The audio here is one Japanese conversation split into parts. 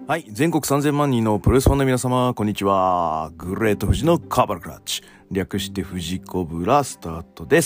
はい、全国3000万人のプロレスファンの皆様、こんにちは。グレート富士のカーバルクラッチ、略して富士コブラスタートです。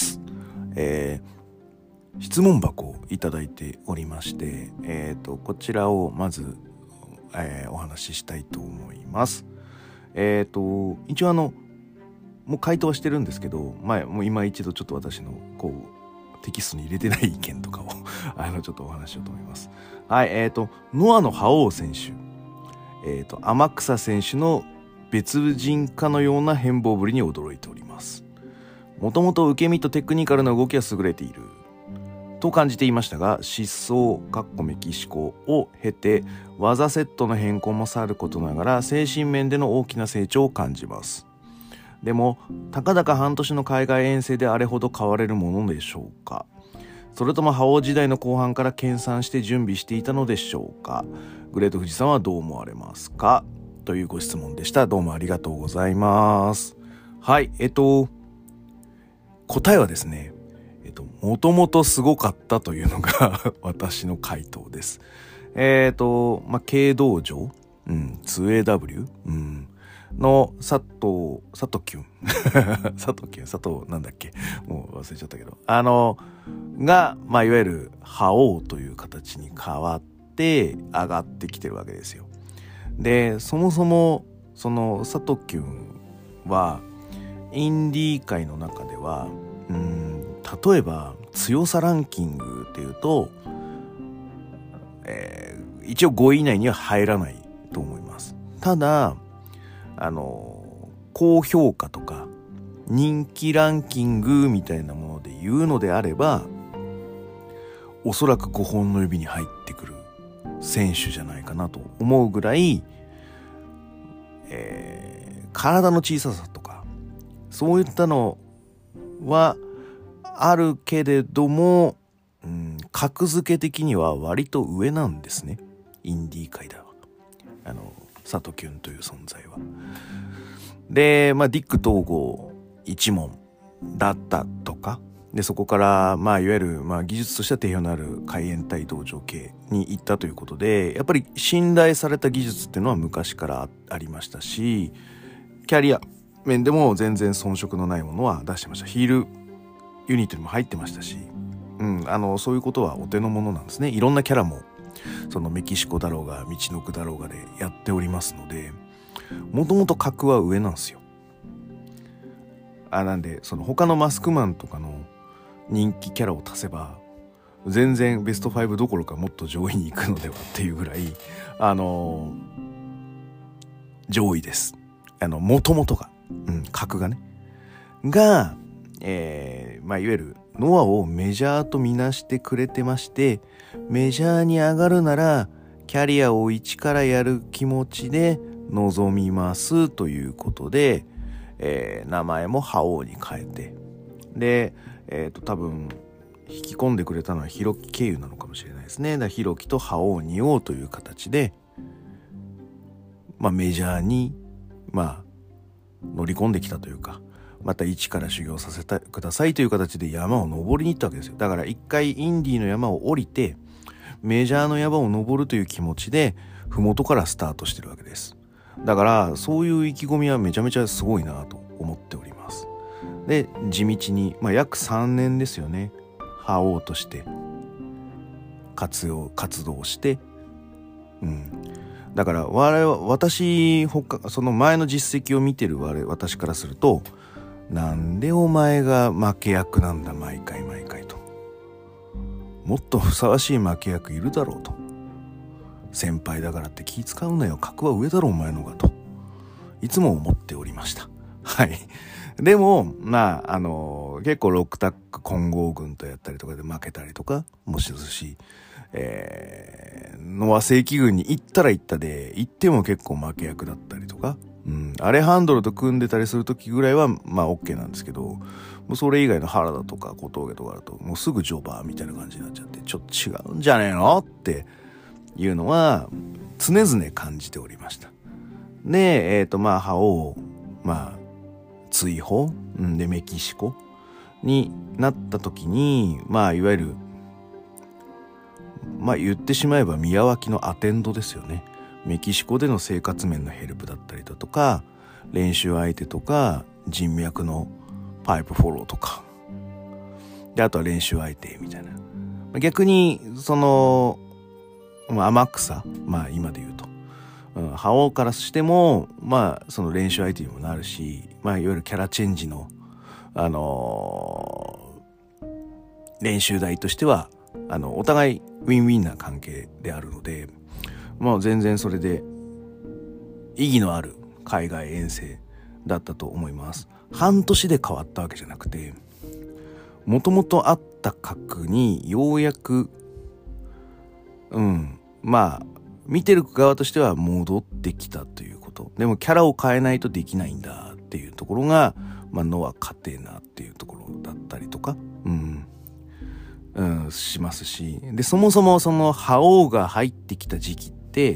質問箱をいただいておりまして、こちらをまず、お話ししたいと思います。一応もう回答はしてるんですけど、もう今一度ちょっと私のテキストに入れてない意見とかをちょっとお話しようと思います。はい、ノアの覇王選手、天草選手の別人かのような変貌ぶりに驚いております。もともと受け身とテクニカルな動きは優れていると感じていましたが、失踪メキシコを経て技セットの変更もさることながら精神面での大きな成長を感じます。でもたかだか半年の海外遠征であれほど変われるものでしょうか。それとも覇王時代の後半から研鑽して準備していたのでしょうか。グレート富士さんはどう思われますか、というご質問でした。どうもありがとうございます。はい、答えはですね、もともとすごかったというのが私の回答です。K 道場、2AW、の佐藤キュン佐藤なんだっけ、もう忘れちゃったけど、が、いわゆる覇王という形に変わって上がってきてるわけですよ。で、そもそもその佐藤キュンはインディー界の中では例えば強さランキングっていうと、一応5位以内には入らないと思います。ただ高評価とか人気ランキングみたいなもので言うのであれば、おそらく5本の指に入ってくる選手じゃないかなと思うぐらい、体の小ささとかそういったのはあるけれども、格付け的には割と上なんですね、インディー界では佐藤キュンという存在は。で、ディック統合一門だったとかで、そこからいわゆる技術としては定評のある海援隊道場系に行ったということで、やっぱり信頼された技術っていうのは昔からありましたし、キャリア面でも全然遜色のないものは出してました。ヒールユニットにも入ってましたし、そういうことはお手の物なんですね。いろんなキャラもそのメキシコだろうが道のくだろうがでやっておりますので、もともと格は上なんですよ。なんでその他のマスクマンとかの人気キャラを足せば全然ベスト5どころかもっと上位に行くのではっていうぐらい上位です。もともとが、格がねが、いわゆるノアをメジャーとみなしてくれてまして、メジャーに上がるならキャリアを一からやる気持ちで臨みますということで、名前も覇王に変えて、で、多分引き込んでくれたのはヒロキ経由なのかもしれないですね。だからヒロキと覇王2王という形で、メジャーに乗り込んできたというか、また一から修行させてくださいという形で山を登りに行ったわけですよ。だから一回インディーの山を降りてメジャーの山を登るという気持ちで麓からスタートしてるわけです。だからそういう意気込みはめちゃめちゃすごいなと思っております。で、地道に、約3年ですよね、覇王として活動して、だから私その前の実績を見てる私からすると、なんでお前が負け役なんだ毎回と、もっとふさわしい負け役いるだろうと、先輩だからって気使うなよ、格は上だろお前のがといつも思っておりました。はい。でも結構ロックタック混合軍とやったりとかで負けたりとかもしますし、ノア正規軍に行ったら行ったで行っても結構負け役だったりとか、アレハンドロと組んでたりする時ぐらいはOK なんですけど、もうそれ以外の原田とか小峠とかだともうすぐジョバーみたいな感じになっちゃって、ちょっと違うんじゃねえのっていうのは常々感じておりました。で、覇王追放でメキシコになった時に、いわゆる言ってしまえば宮脇のアテンドですよね。 メキシコでの生活面のヘルプだったりだとか、練習相手とか人脈のパイプフォローとかで、あとは練習相手みたいな、逆にその、天草、今で言うと、覇王からしてもその練習相手にもなるし、いわゆるキャラチェンジの練習台としてはお互いウィンウィンな関係であるので、全然それで意義のある海外遠征だったと思います。半年で変わったわけじゃなくて、もともとあった核にようやく見てる側としては戻ってきたということ。でもキャラを変えないとできないんだっていうところが、ノアカテナっていうところだったりとか、しますし、でそもそもその覇王が入ってきた時期って、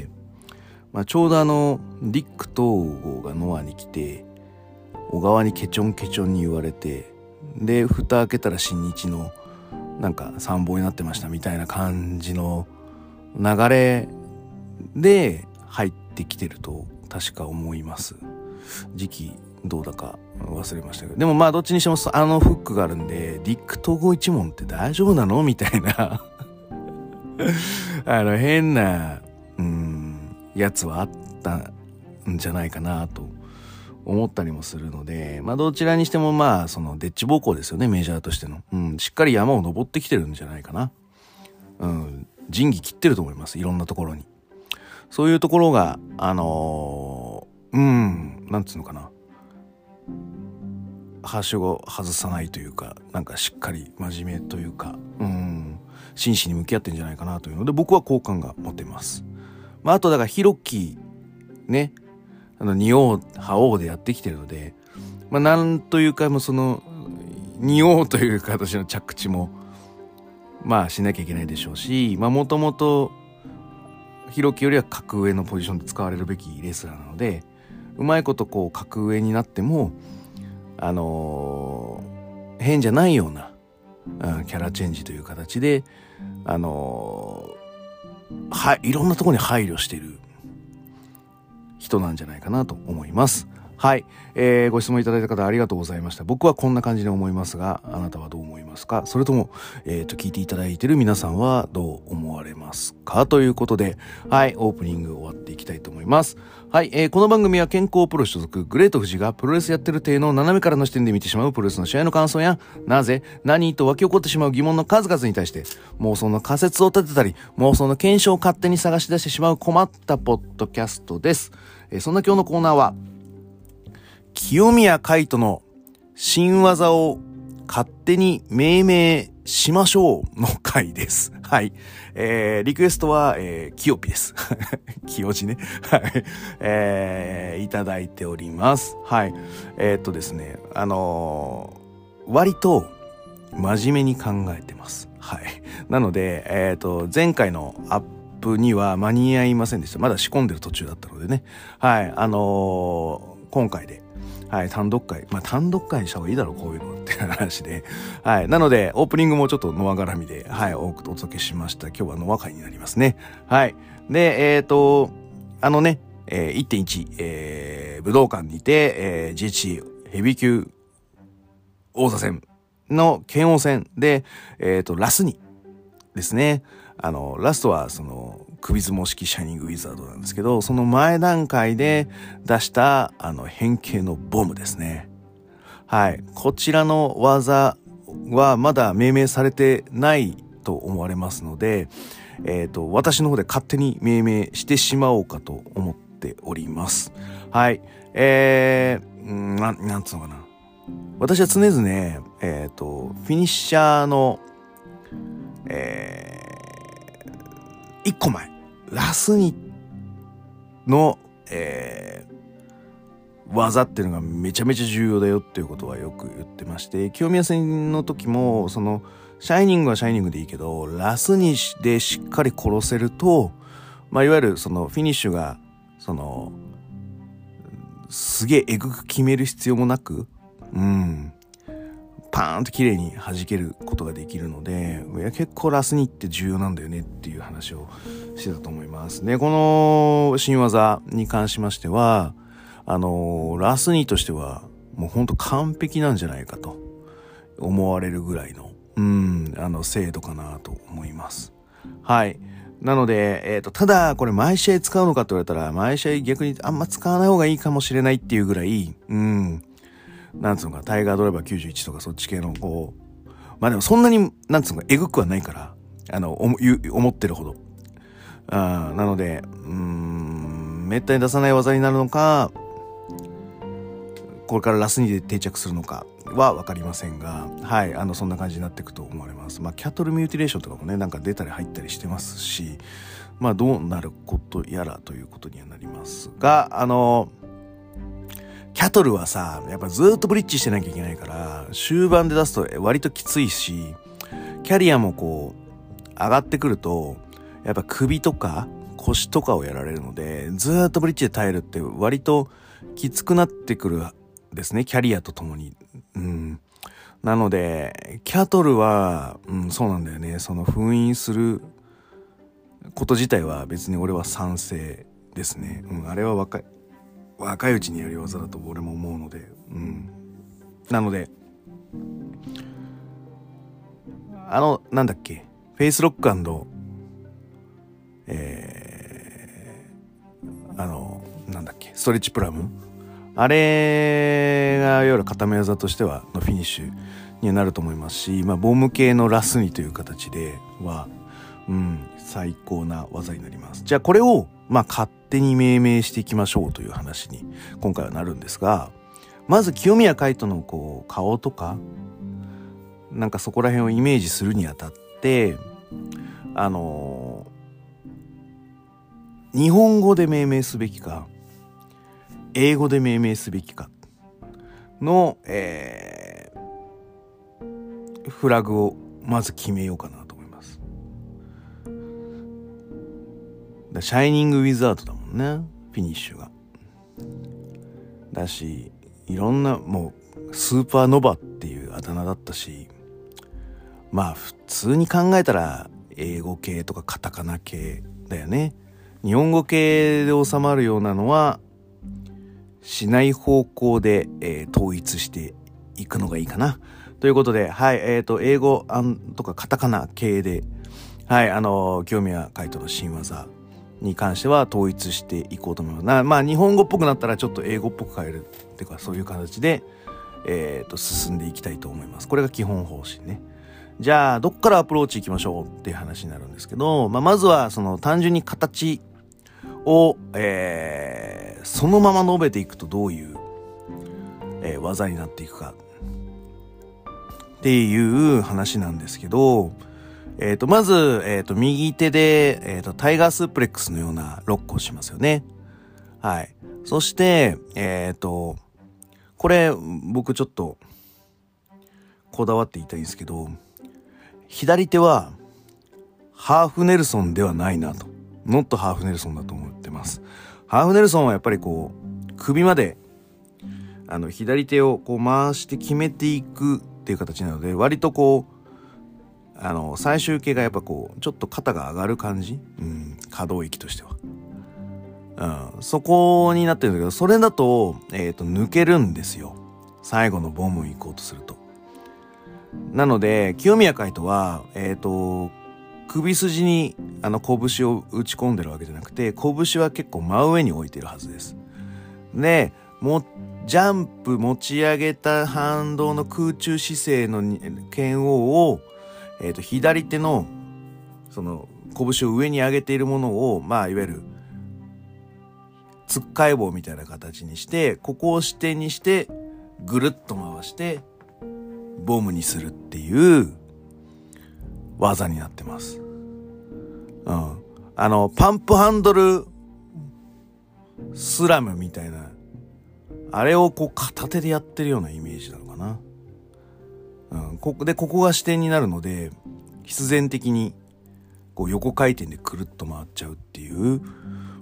ちょうどディック統合がノアに来て、小川にケチョンケチョンに言われて、で蓋開けたら新日の参謀になってましたみたいな感じの流れで入ってきてると確か思います。時期どうだか忘れましたけど、でもどっちにしてもフックがあるんで、ディック統合一問って大丈夫なのみたいな変なやつはあったんじゃないかなと思ったりもするので、どちらにしてもそのデッチ暴行ですよね、メジャーとしての、しっかり山を登ってきてるんじゃないかな。仁義切ってると思います、いろんなところに。そういうところがなんつうのかな、はしご外さないというか、しっかり真面目というか、真摯に向き合ってんじゃないかなというので、僕は好感が持てます。あとだからヒロキね、二王覇王でやってきてるので、なんというかその二王という形の着地もしなきゃいけないでしょうし、もともとヒロキよりは格上のポジションで使われるべきレスラーなので、うまいこと格上になっても変じゃないような、キャラチェンジという形でいろんなところに配慮している人なんじゃないかなと思います。はい、ご質問いただいた方ありがとうございました。僕はこんな感じで思いますが、あなたはどう思いますか？それとも、聞いていただいている皆さんはどう思われますか？ということで、はい、オープニング終わっていきたいと思います。はい、この番組は健康プロ所属グレート富士がプロレスやってる体の斜めからの視点で見てしまうプロレスの試合の感想や、なぜ何と湧き起こってしまう疑問の数々に対して妄想の仮説を立てたり、妄想の検証を勝手に探し出してしまう困ったポッドキャストです。そんな今日のコーナーは、清宮海斗の新技を勝手に命名しましょうの回です。はい。リクエストは、キヨピです。清字ね。はい。いただいております。はい。ですね、割と真面目に考えてます。はい。なので、前回のアップには間に合いませんでした。まだ仕込んでる途中だったのでね。はい。今回で、はい、単独会にした方がいいだろう、こういうのって話で。はい。なので、オープニングもちょっとノア絡みで、はい、お届けしました。今日はノア会になりますね。はい。で、1.1、武道館にて、GHC ヘビー級王座戦の剣王戦で、ラスにですね、ラストは首相撲式シャイニングウィザードなんですけど、その前段階で出した変形のボムですね。はい。こちらの技はまだ命名されてないと思われますので、私の方で勝手に命名してしまおうかと思っております。はい。なんつうのかな。私は常々、フィニッシャーの、1個前、ラスニの、技っていうのがめちゃめちゃ重要だよっていうことはよく言ってまして、清宮戦の時もシャイニングはシャイニングでいいけど、ラスニでしっかり殺せると、いわゆるフィニッシュがすげえエグく決める必要もなく、 パーンと綺麗に弾けることができるので、いや結構ラスニって重要なんだよねっていう話をしてたと思います。で、この新技に関しましては、ラスニとしてはもうほんと完璧なんじゃないかと思われるぐらいの、精度かなと思います。はい。なので、ただ、これ毎試合使うのかって言われたら、毎試合逆にあんま使わない方がいいかもしれないっていうぐらい、なんつうのか、タイガードライバー91とかそっち系の、こう、まあでもそんなに、なんつうのか、えぐくはないから、思ってるほど。なので、めったに出さない技になるのか、これからラスにで定着するのかは分かりませんが、はい、そんな感じになっていくと思われます。まあ、キャトルミューティレーションとかもね、なんか出たり入ったりしてますし、まあ、どうなることやらということにはなりますが、キャトルはさ、やっぱずっとブリッジしてなきゃいけないから、終盤で出すと割ときついし、キャリアもこう、上がってくると、やっぱ首とか腰とかをやられるので、ずっとブリッジで耐えるって割ときつくなってくるですね、キャリアとともに。なので、キャトルは、そうなんだよね。その封印すること自体は別に俺は賛成ですね。あれは若いうちにやる技だと俺も思うので。なので、なんだっけ、フェイスロックなんだっけ、ストレッチプラム、あれがいわゆる固め技としてはのフィニッシュにはなると思いますし、ボム系のラスニという形では、最高な技になります。じゃあこれを勝手に命名していきましょうという話に今回はなるんですが、まず清宮海斗のこう顔とかなんかそこら辺をイメージするにあたって、日本語で命名すべきか英語で命名すべきかの、フラグをまず決めようかなと思います。シャイニングウィザードだもんね、フィニッシュが。だし、いろんなもうスーパーノバっていうあだ名だったし、普通に考えたら英語系とかカタカナ系だよね。日本語系で収まるようなのはしない方向で、統一していくのがいいかなということで、はい、英語とかカタカナ系で、はい、清宮海斗の新技に関しては統一していこうと思います。日本語っぽくなったらちょっと英語っぽく変えるっていうか、そういう形で、進んでいきたいと思います。これが基本方針ね。じゃあどっからアプローチいきましょうっていう話になるんですけど、まずはその単純に形を、そのまま述べていくとどういう、技になっていくかっていう話なんですけど、まず、右手で、タイガースープレックスのようなロックをしますよね。はい。そして、これ僕ちょっとこだわって言いたいんですけど、左手はハーフネルソンではないなと。ノットハーフネルソンだと思ってます。ハーフネルソンはやっぱりこう首まで左手をこう回して決めていくっていう形なので、割とこう最終形がやっぱこうちょっと肩が上がる感じ、可動域としては、そこになってるんだけど、それだと抜けるんですよ、最後のボム行こうとすると。なので清宮海斗は首筋に拳を打ち込んでるわけじゃなくて、拳は結構真上に置いてるはずです。で、ジャンプ持ち上げた反動の空中姿勢の剣王を、左手のその拳を上に上げているものを、いわゆるつっかえ棒みたいな形にして、ここを支点にしてぐるっと回してボムにするっていう技になってます。パンプハンドルスラムみたいな、あれをこう片手でやってるようなイメージなのかな。ここが視点になるので、必然的にこう横回転でくるっと回っちゃうっていう、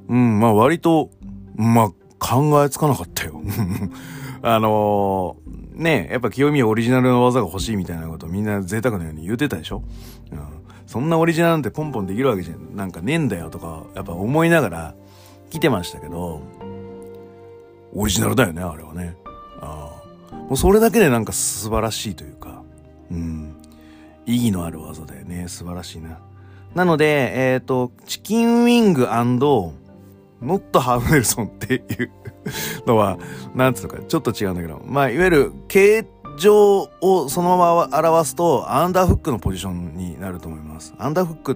割と考えつかなかったよ。 ねやっぱ清宮オリジナルの技が欲しいみたいなことをみんな贅沢のように言ってたでしょ。そんなオリジナルなんてポンポンできるわけじゃなんかねえんだよとか、やっぱ思いながら来てましたけど、オリジナルだよね、あれはね。もうそれだけでなんか素晴らしいというか、意義のある技だよね。素晴らしいな。なので、チキンウィング&ノットハーフネルソンっていうのは、なんつうのか、ちょっと違うんだけど、まあ、いわゆる形状をそのまま表すと、アンダーフックのポジションになると思います。アンダーフックって、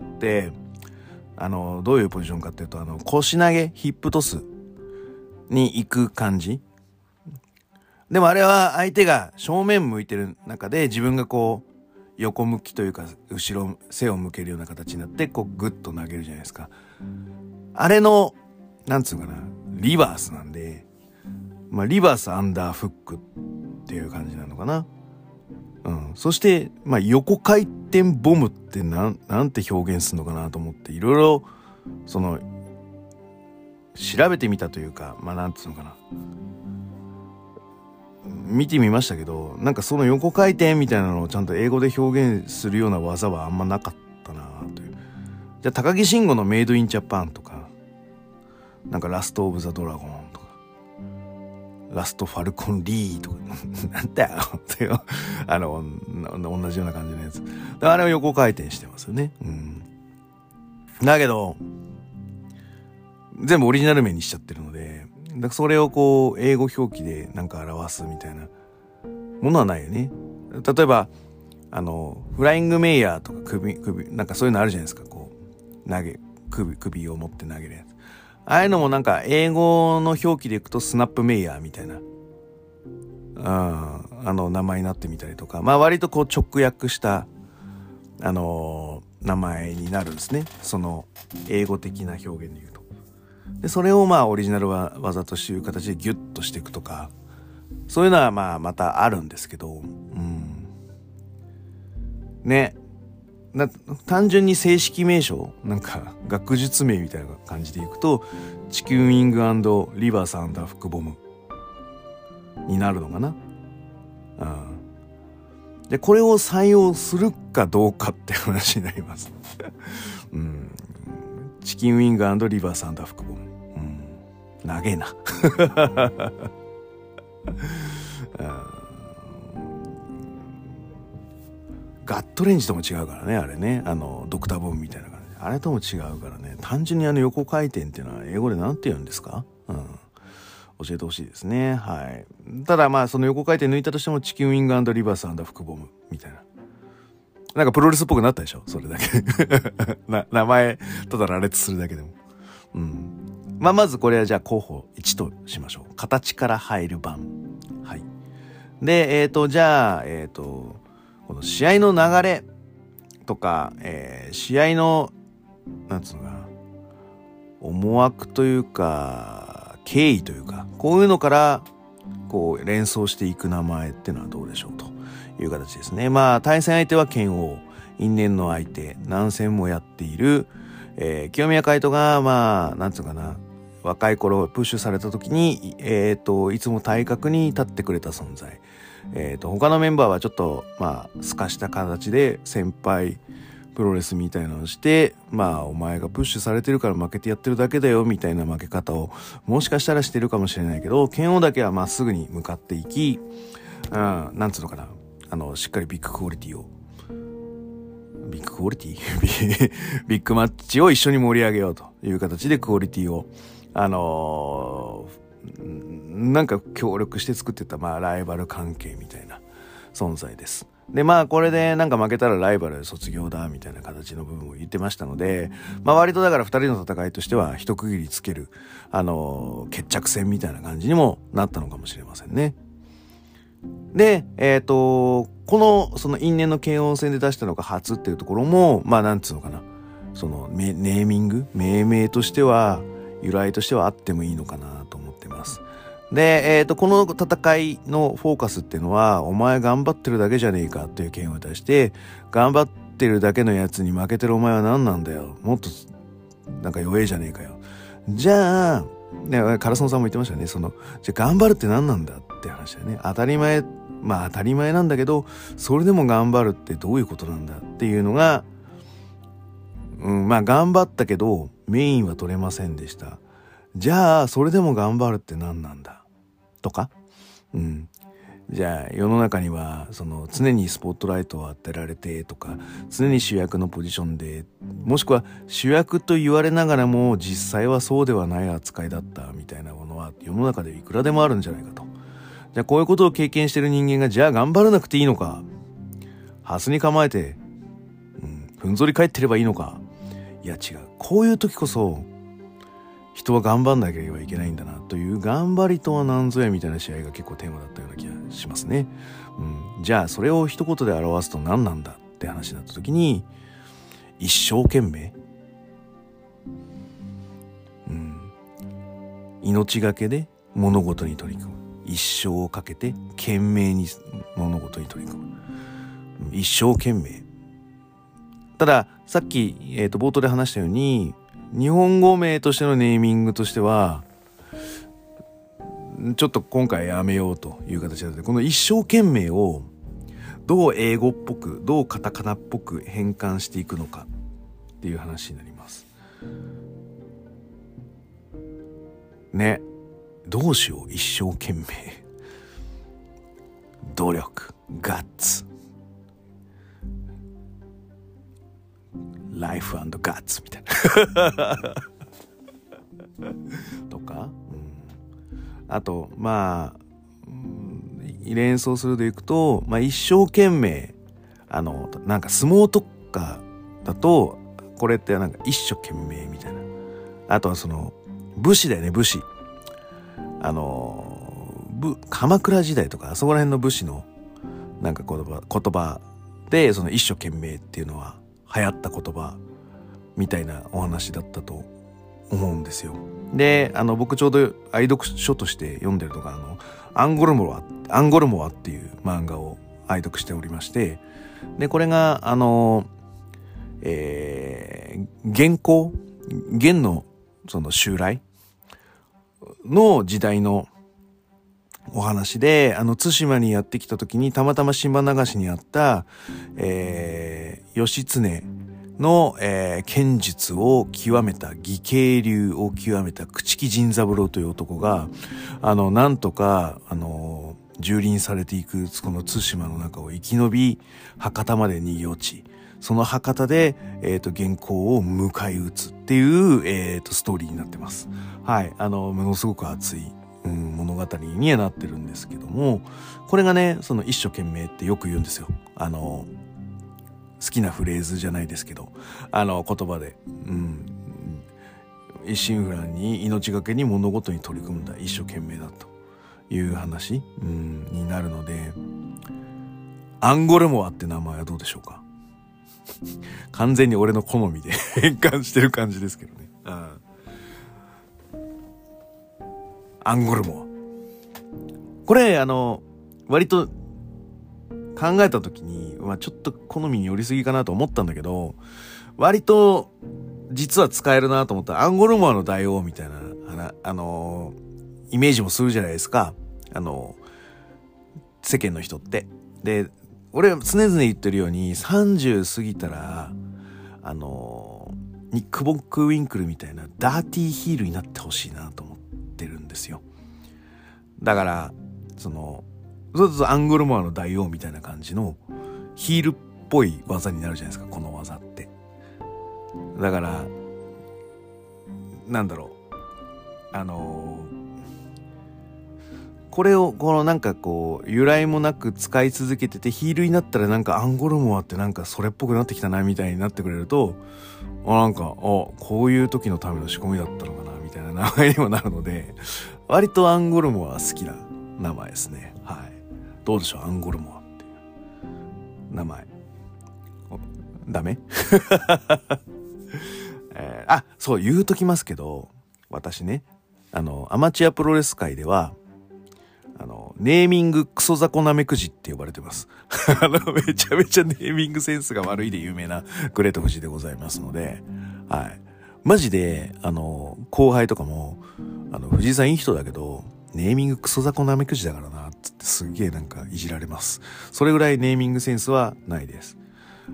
どういうポジションかっていうと、腰投げ、ヒップトスに行く感じ。でもあれは相手が正面向いてる中で自分がこう、横向きというか、後ろ、背を向けるような形になって、こう、グッと投げるじゃないですか。あれの、なんつうかな、リバースなんで、まあ、リバースアンダーフックっていう感じなのかな。そして、まあ、横回転ボムってなんて表現するのかなと思って、いろいろ、調べてみたというか、まあ、なんつうのかな。見てみましたけど、なんかその横回転みたいなのをちゃんと英語で表現するような技はあんまなかったなという。じゃあ高木慎吾のメイドインジャパンとか、なんかラストオブザドラゴンとか、ラストファルコンリーとか、なんだよっていう、同じような感じのやつ。あれは横回転してますよね。だけど、全部オリジナル名にしちゃってるので、だからそれをこう英語表記でなんか表すみたいなものはないよね。例えばフライングメイヤーとか首なんかそういうのあるじゃないですか。こう首を持って投げるやつ。ああいうのもなんか英語の表記でいくとスナップメイヤーみたいな名前になってみたりとか、まあ割とこう直訳した名前になるんですね。その英語的な表現で言うと。で、それをまあオリジナル技としていう形でギュッとしていくとか、そういうのはまあまたあるんですけど、ね。単純に正式名称、なんか学術名みたいな感じでいくと、チキンウィング&リバースアンダーフックボムになるのかな。で、これを採用するかどうかって話になります。チキンウィング&リバースアンダーフックボム。長えな。ガットレンジとも違うからね、あれね。ドクターボムみたいな感じ。あれとも違うからね。単純に横回転っていうのは英語でなんて言うんですか？教えてほしいですね。はい。ただまあその横回転抜いたとしてもチキンウィング&リバースアンダーフックボムみたいな。なんかプロレスっぽくなったでしょ？それだけ。名前、ただ羅列するだけでも。まあまずこれはじゃあ候補1としましょう。形から入る版。はい。で、じゃあ、この試合の流れとか、試合の、なんつうのかな、思惑というか、経緯というか、こういうのから、こう連想していく名前っていうのはどうでしょうという形ですね。まあ、対戦相手は剣王、因縁の相手、何戦もやっている、清宮海斗が、まあ、なんつうかな、若い頃プッシュされた時に、いつも対角に立ってくれた存在。他のメンバーはちょっと、まあ、透かした形で先輩プロレスみたいなのをして、まあ、お前がプッシュされてるから負けてやってるだけだよ、みたいな負け方を、もしかしたらしてるかもしれないけど、剣王だけはまっすぐに向かっていき、なんつうのかな、しっかりビッグクオリティを、ビッグクオリティビッグマッチを一緒に盛り上げようという形でクオリティを、なんか協力して作ってた、まあ、ライバル関係みたいな存在です。で、まあ、これでなんか負けたらライバル卒業だ、みたいな形の部分を言ってましたので、まあ、割とだから二人の戦いとしては一区切りつける、決着戦みたいな感じにもなったのかもしれませんね。で、この、その因縁の剣王戦で出したのが初っていうところも、まあ、なんつうのかな、そのネーミング、命名としては、由来としてはあってもいいのかなと思ってます。で、この戦いのフォーカスっていうのは、お前頑張ってるだけじゃねえかっていう剣を対して、頑張ってるだけのやつに負けてるお前は何なんだよ。もっと、なんか弱えじゃねえかよ。じゃあ、ね、カラソンさんも言ってましたね。じゃあ頑張るって何なんだって話だよね。当たり前まあ当たり前なんだけど、それでも頑張るってどういうことなんだっていうのが、まあ頑張ったけどメインは取れませんでした。じゃあそれでも頑張るって何なんだとか、じゃあ世の中にはその常にスポットライトを当てられてとか、常に主役のポジションで、もしくは主役と言われながらも実際はそうではない扱いだったみたいなものは世の中でいくらでもあるんじゃないかと。じゃあこういうことを経験してる人間がじゃあ頑張らなくていいのか、ハスに構えて、ふんぞり返ってればいいのか。いや違う、こういう時こそ人は頑張んなければいけないんだなという、頑張りとは何ぞやみたいな試合が結構テーマだったような気がしますね。じゃあそれを一言で表すと何なんだって話になった時に、一生懸命、命がけで物事に取り組む、一生をかけて懸命に物事に取り組む、一生懸命。たださっき、冒頭で話したように、日本語名としてのネーミングとしてはちょっと今回やめようという形なので、この一生懸命をどう英語っぽく、どうカタカナっぽく変換していくのかっていう話になりますね。どうしよう、一生懸命、努力、ガッツ、ライフ&ガッツみたいなとか、あとまあ、連想するでいくと、一生懸命、なんか相撲とかだとこれってなんか一生懸命みたいな。あとはその武士だよね、武士。鎌倉時代とかあそこら辺の武士のなんか言葉で、その一生懸命っていうのは流行った言葉みたいなお話だったと思うんですよ。で、僕ちょうど愛読書として読んでるのがアンゴルモアっていう漫画を愛読しておりまして、でこれが元のその襲来の時代のお話で、対馬にやってきた時にたまたま島流しにあった、義経の、剣術を極めた、義兄流を極めた朽木甚三郎という男が、なんとか、蹂躙されていくこの対馬の中を生き延び、博多まで逃げ落ち、その博多で、元寇を迎え撃つっていう、ストーリーになってます。はい。ものすごく熱い、物語にはなってるんですけども、これがね、その一生懸命ってよく言うんですよ。好きなフレーズじゃないですけど、言葉で、一心不乱に命がけに物事に取り組んだ一生懸命だという話、になるので、アンゴレモアって名前はどうでしょうか。完全に俺の好みで変換してる感じですけどね。アンゴルモア。これ、割と考えた時に、ちょっと好みに寄りすぎかなと思ったんだけど、割と実は使えるなと思ったら、アンゴルモアの大王みたいな、イメージもするじゃないですか。世間の人って。で、俺は常々言ってるように、30過ぎたら、ニック・ボック・ウィンクルみたいなダーティーヒールになってほしいなと思ってるんですよ。だからそうするとアンゴルモアの大王みたいな感じのヒールっぽい技になるじゃないですか、この技って。だからなんだろう、これをなんか由来もなく使い続けてて、ヒールになったらなんかアンゴルモアってなんかそれっぽくなってきたなみたいになってくれると、なんかこういう時のための仕込みだったのかなみたいな名前にもなるので、割とアンゴルモアは好きな名前ですね。はい。どうでしょう、アンゴルモアっていう名前。ダメそう言うときますけど、私ね、アマチュアプロレス界ではネーミングクソザコナメクジって呼ばれてます。めちゃめちゃネーミングセンスが悪いで有名なグレート富士でございますので、はい。マジで、後輩とかも、藤井さんいい人だけど、 ネーミングクソ雑魚なめくじだからな、つってすげえなんかいじられます。それぐらいネーミングセンスはないです。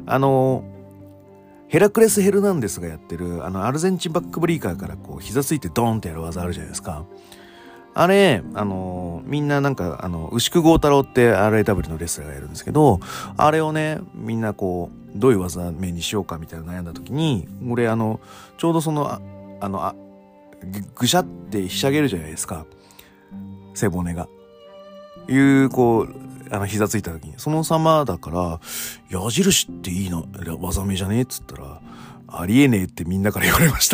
ヘラクレス・ヘルナンデスがやってる、アルゼンチンバックブリーカーからこう、膝ついてドーンってやる技あるじゃないですか。あれ、みんななんか、牛久豪太郎って RAW のレスラーがやるんですけど、あれをね、みんなこう、どういう技名にしようかみたいな悩んだ時に、俺、ちょうどその、ぐしゃってひしゃげるじゃないですか。背骨が。こう、膝ついた時に。その様だから、矢印っていいな、技名じゃねえっつったら、ありえねえってみんなから言われました。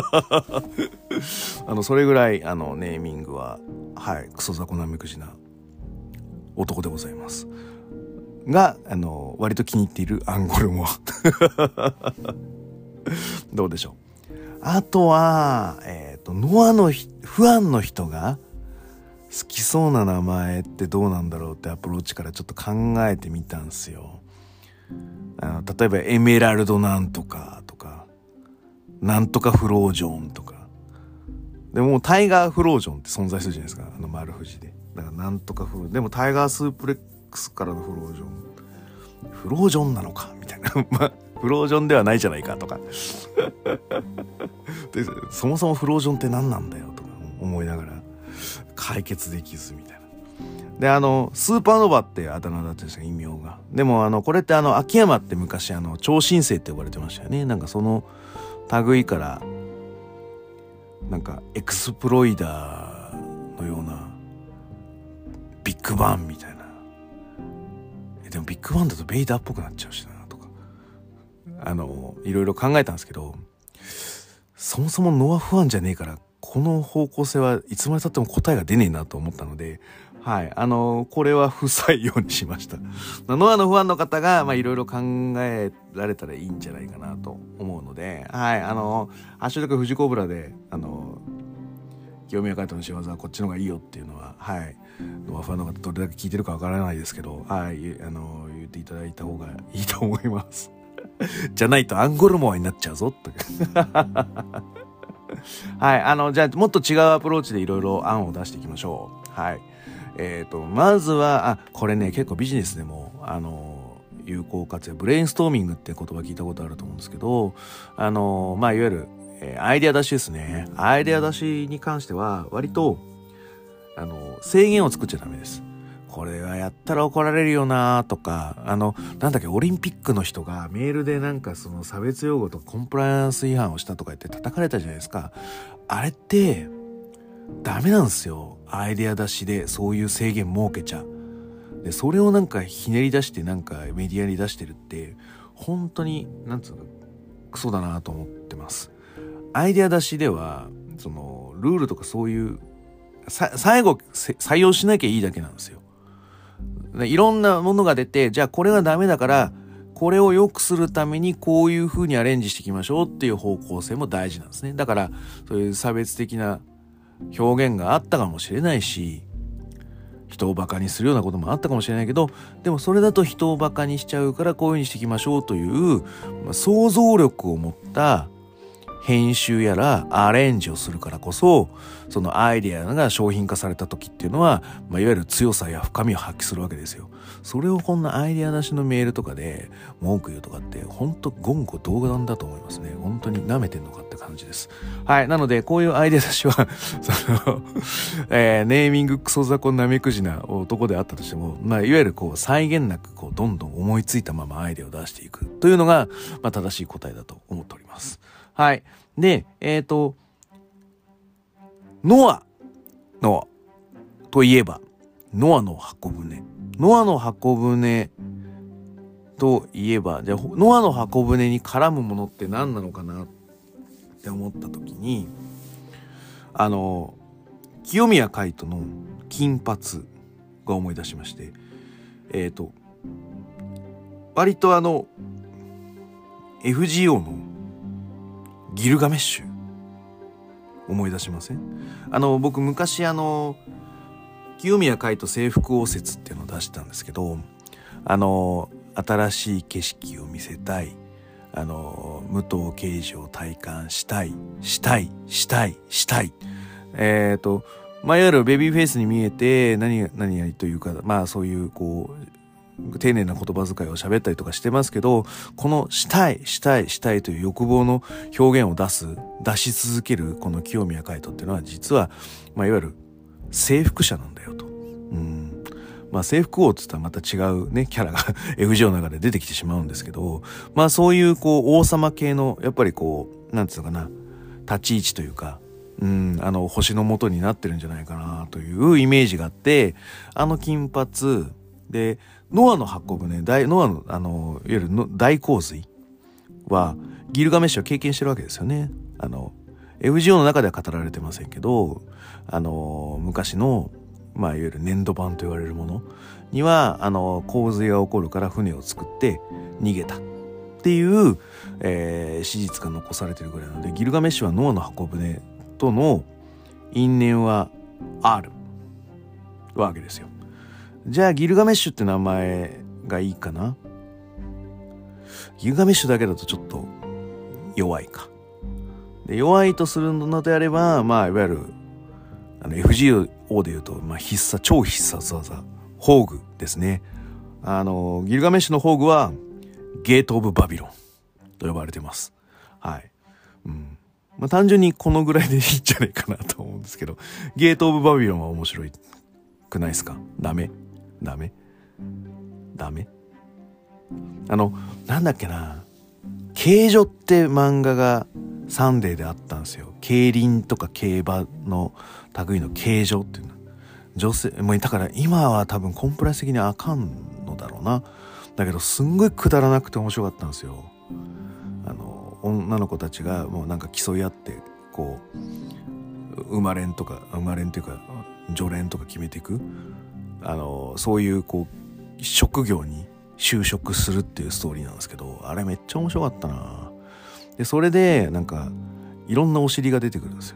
それぐらい、ネーミングは、はい、クソ雑魚なめくじな男でございます。が、割と気に入っているアンゴルモア。どうでしょう。あとは、ノアのファンの人が好きそうな名前ってどうなんだろうってアプローチからちょっと考えてみたんすよ。例えばエメラルドなんとかとか、なんとかフロージョンとか。でもタイガーフロージョンって存在するじゃないですか。丸藤で。だからなんとかでもタイガースープレックスからのフロージョン。フロージョンなのかみたいな。まあ、フロージョンではないじゃないかとか。で、そもそもフロージョンって何なんだよとか思いながら解決できずみたいな。で、スーパーノヴァってあだ名だったんですよ、異名が。でも、これって秋山って昔超新星って呼ばれてましたよね。なんかその類から、なんかエクスプロイダーのようなビッグバンみたいな。でもビッグバンだとベイダーっぽくなっちゃうしなとか。いろいろ考えたんですけど、そもそもノア不安じゃねえから、この方向性はいつまで経っても答えが出ねえなと思ったので、はい、これは不採用にしました。ノアのファンの方が、いろいろ考えられたらいいんじゃないかなと思うので、はい、ハッシュタグ富士コブラで、清宮海斗の仕業はこっちの方がいいよっていうのは、はい、ノアファンの方どれだけ聞いてるかわからないですけど、はい、言っていただいた方がいいと思います。じゃないとアンゴルモアになっちゃうぞ、と。はい、じゃあもっと違うアプローチでいろいろ案を出していきましょう。はい。まずは、これね、結構ビジネスでも、有効活用、ブレインストーミングって言葉聞いたことあると思うんですけど、いわゆる、アイデア出しですね。アイデア出しに関しては、割と、制限を作っちゃダメです。これはやったら怒られるよなとか、なんだっけ、オリンピックの人がメールでなんかその差別用語とかコンプライアンス違反をしたとか言って叩かれたじゃないですか。あれって、ダメなんですよ。アイデア出しでそういう制限設けちゃ。で、それをなんかひねり出してなんかメディアに出してるって、本当に、なんつうの、クソだなと思ってます。アイデア出しでは、その、ルールとかそういう、最後採用しなきゃいいだけなんですよ。いろんなものが出て、じゃあこれがダメだから、これを良くするためにこういう風にアレンジしていきましょうっていう方向性も大事なんですね。だから、そういう差別的な表現があったかもしれないし、人をバカにするようなこともあったかもしれないけど、でもそれだと人をバカにしちゃうからこういう風にしていきましょうという、想像力を持った編集やらアレンジをするからこそ、そのアイデアが商品化された時っていうのは、いわゆる強さや深みを発揮するわけですよ。それをこんなアイデア出しのメールとかで文句言うとかって本当言語道断だと思いますね。本当に舐めてんのかって感じです。はい。なのでこういうアイデア出しはその、ネーミングクソ雑魚なめくじな男であったとしても、いわゆるこう際限なくこうどんどん思いついたままアイデアを出していくというのが、正しい答えだと思っております。はい。で、ノアといえば、ノアの箱舟。ノアの箱舟といえば、じゃあ、ノアの箱舟に絡むものって何なのかなって思ったときに、清宮海斗の金髪が思い出しまして、割とFGO のギルガメッシュ思い出しません？僕昔清宮海斗征服応接っていうのを出したんですけど、新しい景色を見せたい、武藤敬司を体感したい。 まあいわゆるベビーフェイスに見えて何々というか、まあそういうこう丁寧な言葉遣いを喋ったりとかしてますけど、このしたいという欲望の表現を出し続けるこの清宮海斗っていうのは実は、まあいわゆる征服者なんだよと。まあ征服王って言ったらまた違うねキャラがFGO の中で出てきてしまうんですけど、まあそういうこう王様系のやっぱりこうなんていうのかな、立ち位置というか、星の元になってるんじゃないかなというイメージがあって、金髪でノアの箱舟、ノアのいわゆるの大洪水はギルガメッシュは経験してるわけですよね。FGO の中では語られてませんけど、昔のまあいわゆる粘土板と言われるものには洪水が起こるから船を作って逃げたっていう、史実が残されてるぐらいなので、ギルガメッシュはノアの箱舟との因縁はあるわけですよ。じゃあギルガメッシュって名前がいいかな。ギルガメッシュだけだとちょっと弱いか。で弱いとするのであれば、まあいわゆるFGO でいうと、まあ、超必殺技宝具ですね。ギルガメッシュの宝具はゲートオブバビロンと呼ばれてます。はい。まあ、単純にこのぐらいでいいんじゃないかなと思うんですけど、ゲートオブバビロンは面白くないですか？ダメなんだっけな、競女って漫画がサンデーであったんですよ。競輪とか競馬の類の競女っていうの、女性もうだから今は多分コンプライアンス的にあかんのだろうな。だけどすんごいくだらなくて面白かったんですよ。女の子たちがもうなんか競い合ってこう生まれんっていうか序連とか決めていく、そういうこう職業に就職するっていうストーリーなんですけど、あれめっちゃ面白かったな。でそれでなんかいろんなお尻が出てくるんですよ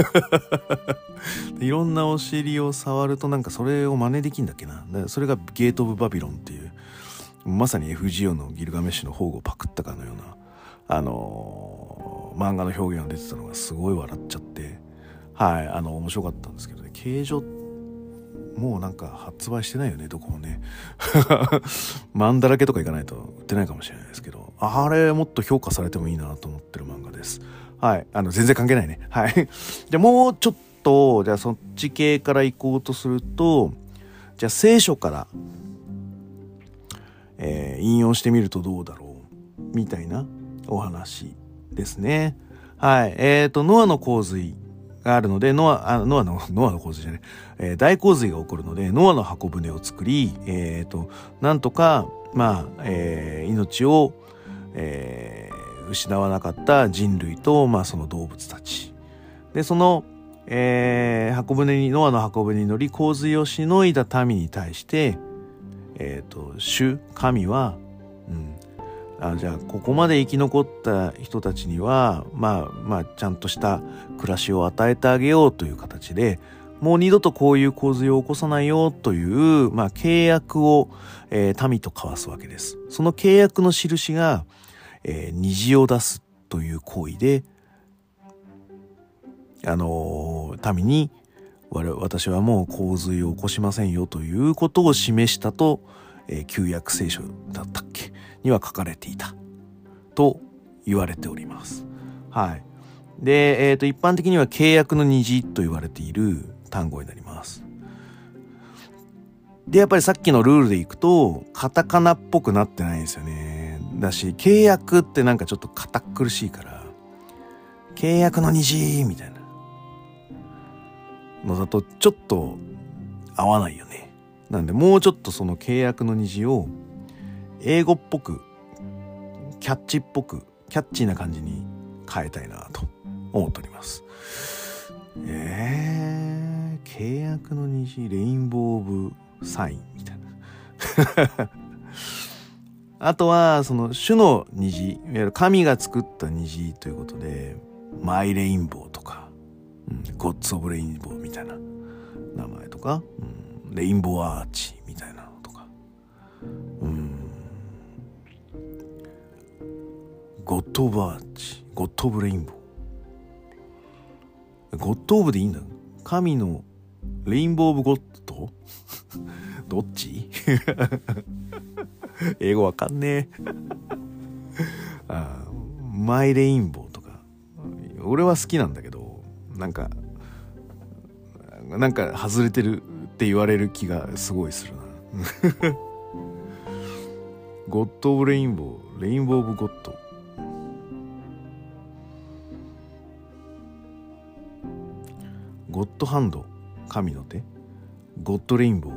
いろんなお尻を触るとなんかそれを真似できんだっけな。それがゲートオブバビロンっていう、まさに FGO のギルガメッシュの宝具をパクったかのような漫画の表現が出てたのがすごい笑っちゃって、はい面白かったんですけどね。形状もうなんか発売してないよね、どこもねマンだらけとか行かないと売ってないかもしれないですけど、あれもっと評価されてもいいなと思ってる漫画です。はい、全然関係ないね。はい。じゃあもうちょっと、じゃあそっち系から行こうとすると、じゃあ聖書から、引用してみるとどうだろうみたいなお話ですね。はい。ノアの洪水があるので、ノアの洪水じゃない、大洪水が起こるので、ノアの箱舟を作り、なんとか、まあ、命を、失わなかった人類と、まあ、その動物たち。で、その、ノアの箱舟に乗り、洪水をしのいだ民に対して、神は、じゃあここまで生き残った人たちにはまあちゃんとした暮らしを与えてあげようという形で、もう二度とこういう洪水を起こさないよという、まあ、契約を、民と交わすわけです。その契約の印が、虹を出すという行為で、民に私はもう洪水を起こしませんよということを示したと、旧約聖書だったっけには書かれていたと言われております。はい。で、一般的には契約の虹と言われている単語になります。で、やっぱりさっきのルールでいくとカタカナっぽくなってないんですよね。だし、契約ってなんかちょっと堅苦しいから、契約の虹みたいなのだとちょっと合わないよね。なんでもうちょっとその契約の虹を英語っぽくキャッチーな感じに変えたいなと思っております。契約の虹、レインボー・オブ・サインみたいなあとはその主の虹、いわゆる神が作った虹ということで、マイ・レインボーとか、ゴッツ・オブ・レインボーみたいな名前とか、レインボーアーチみたいなのとか、ゴッド・オブ・アーチ、ゴッド・オブ・レインボー、ゴッド・オブでいいんだ。神のレインボー・オブ・ゴッドどっち英語わかんねえマイ・レインボーとか俺は好きなんだけど、なんか外れてるって言われる気がすごいするなゴッド・オブ・レインボー、レインボー・オブ・ゴッド、ゴッドハンド、神の手、ゴッドレインボー、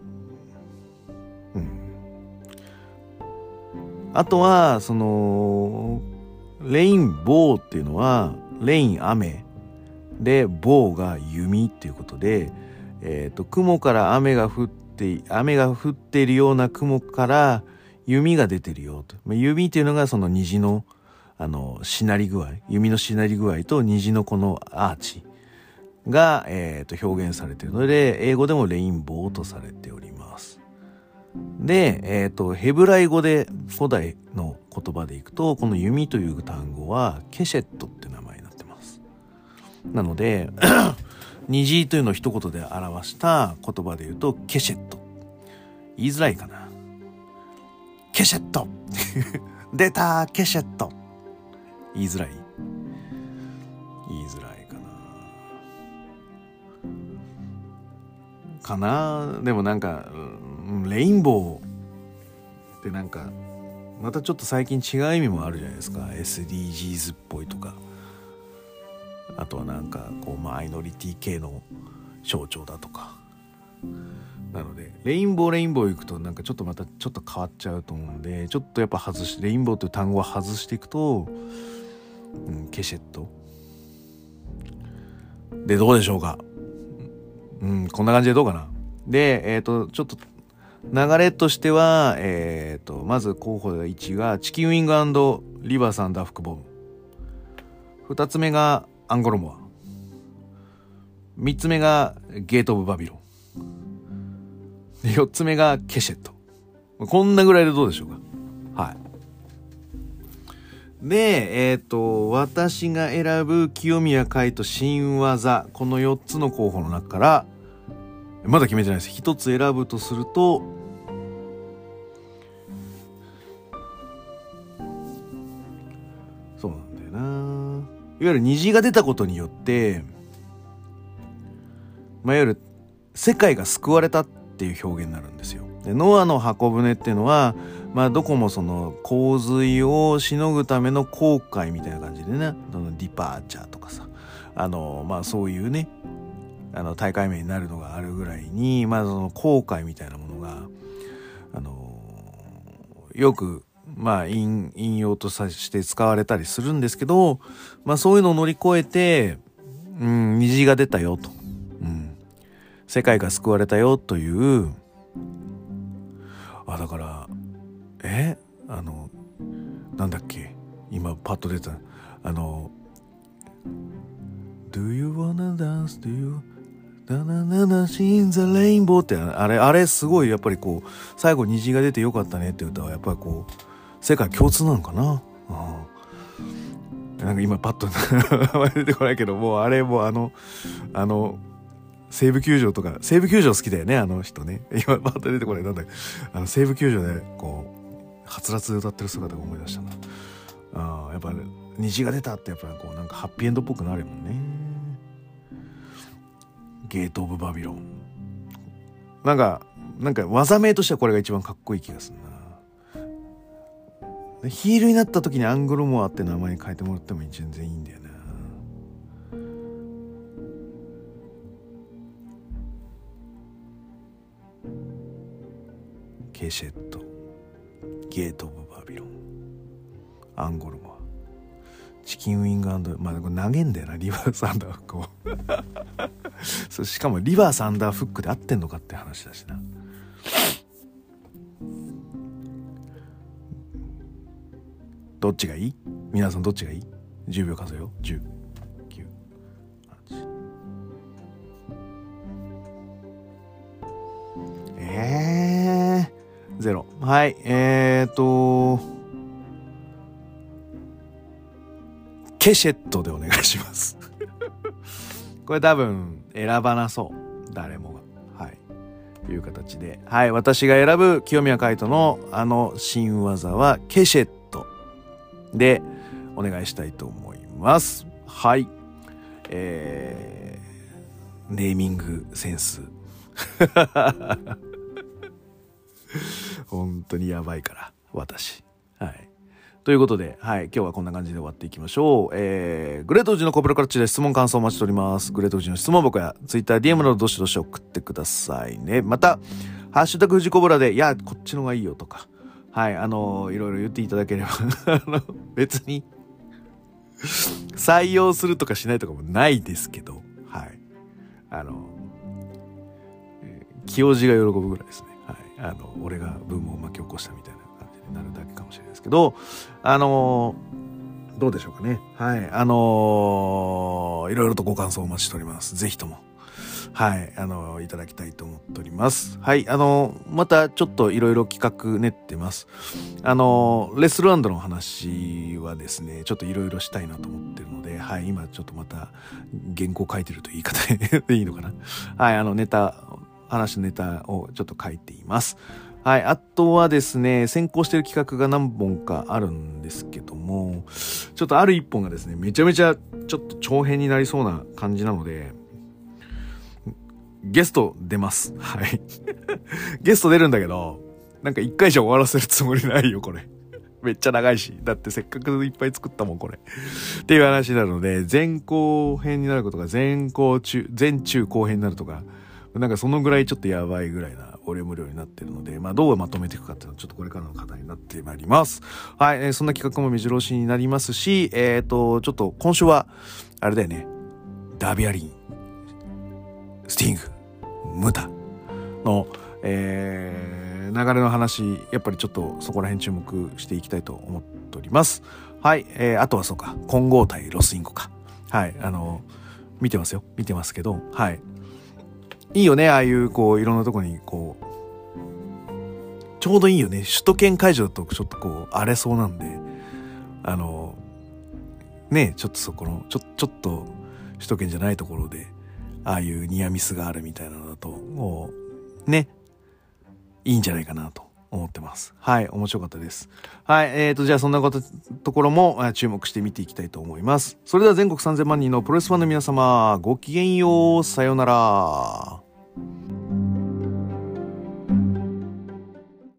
あとはそのレインボーっていうのはレイン雨でボーが弓っていうことで、雲から雨が降っているような雲から弓が出てるよと。弓っていうのがその虹のしなり具合、弓のしなり具合と虹のこのアーチが、表現されているので、英語でもレインボーとされております。で、ヘブライ語で古代の言葉でいくと、この弓という単語はケシェットって名前になってます。なので虹というのを一言で表した言葉で言うとケシェット、言いづらいかな、ケシェット出たケシェット、言いづらいかな。でもなんか、レインボーってなんかまたちょっと最近違う意味もあるじゃないですか。 SDGs っぽいとか、あとはなんかこうマイノリティ系の象徴だとか。なのでレインボー行くとなんかちょっとまたちょっと変わっちゃうと思うんで、ちょっとやっぱレインボーという単語は外していくと、ケシェットでどうでしょうか。こんな感じでどうかな。で、ちょっと流れとしては、まず候補1がチキンウィング&リバーサンダーフクボム、2つ目がアンゴロモア、3つ目がゲートオブバビロン、で4つ目がケシェット。こんなぐらいでどうでしょうか。はい。で、私が選ぶ清宮海斗新技、この4つの候補の中からまだ決めてないです。1つ選ぶとすると、そうなんだよな、いわゆる虹が出たことによって、いわゆる世界が救われたっていう表現になるんですよ。でノアの箱舟っていうのは、どこもその洪水をしのぐための航海みたいな感じでね、ディパーチャーとかさ、そういうね、大会名になるのがあるぐらいに、その航海みたいなものが、よく引用として使われたりするんですけど、そういうのを乗り越えて、虹が出たよと、世界が救われたよという、だからなんだっけ、今パッと出たDo you wanna dance? Do you in the rainbow ってあれすごいやっぱりこう最後虹が出てよかったねって歌はやっぱりこう世界共通なのかな。なんか今パッと出てこないけど、もうあれも西武球場とか、西武球場好きだよね、あの人ね。今パッと出てこない。なんだ西武球場でこうはつらつで歌ってる姿が思い出したな。やっぱ虹が出たってやっぱりこうなんかハッピーエンドっぽくなるもんね。ゲートオブバビロン、なんか技名としてはこれが一番かっこいい気がするな。ヒールになった時にアングロモアって名前に変えてもらっても全然いいんだよな。ケシェット、ゲートオブバビロン、アンゴルモア、チキンウィング&これ投げんだよな、リバースアンダーフックをそうしかもリバースアンダーフックで合ってんのかって話だしな。どっちがいい？皆さんどっちがいい？10秒数えよ。10、9、8。0。はい。ケシェットでお願いしますこれ多分選ばなそう。 誰もが。はい。という形で、はい。私が選ぶ清宮海斗の新技はケシェットでお願いしたいと思います。はい。ネーミングセンス。本当にやばいから、私。はい。ということで、はい。今日はこんな感じで終わっていきましょう。グレート富士のコブラクラッチで質問感想お待ちしております。グレート富士の質問僕や Twitter、DM などどしどし送ってくださいね。また、ハッシュタグ富士コブラで、いや、こっちの方がいいよとか、はい。いろいろ言っていただければ、別に、採用するとかしないとかもないですけど、はい。清治が喜ぶぐらいですね。はい。俺がブームを巻き起こしたみたいな感じになるだけかもしれないですけど、どうでしょうかね。はい。いろいろとご感想をお待ちしております。ぜひとも。はい。いただきたいと思っております。はい。またちょっといろいろ企画練ってます。レスル&の話はですね、ちょっといろいろしたいなと思ってるので、はい。今ちょっとまた原稿書いてるという言い方でいいのかな。はい。話のネタをちょっと書いています。はい。あとはですね、先行してる企画が何本かあるんですけども、ちょっとある一本がですね、めちゃめちゃちょっと長編になりそうな感じなので、ゲスト出ます。はい。ゲスト出るんだけど、なんか一回じゃ終わらせるつもりないよ、これ。めっちゃ長いし。だってせっかくいっぱい作ったもん、これ。っていう話になるので、前後編になることが前中後編になるとか、なんかそのぐらいちょっとやばいぐらいなボリューム量になってるので、まあどうまとめていくかっていうのはちょっとこれからの課題になってまいります。はい、そんな企画も目白押しになりますし、ちょっと今週は、あれだよね、ダービーアリン、スティング、ムタの、流れの話、やっぱりちょっとそこら辺注目していきたいと思っております。はい、あとはそうか、混合対ロスインコか。はい、見てますよ。見てますけど、はい。いいよね、ああいうこういろんなとこにこうちょうどいいよね。首都圏会場だとちょっとこう荒れそうなんで、ね、ちょっとそこのちょっと首都圏じゃないところでああいうニアミスがあるみたいなのだともうね、いいんじゃないかなと思ってます。はい、面白かったです。はい、じゃあそんなところも注目して見ていきたいと思います。それでは全国3000万人のプロレスファンの皆様、ごきげんよう、さようなら。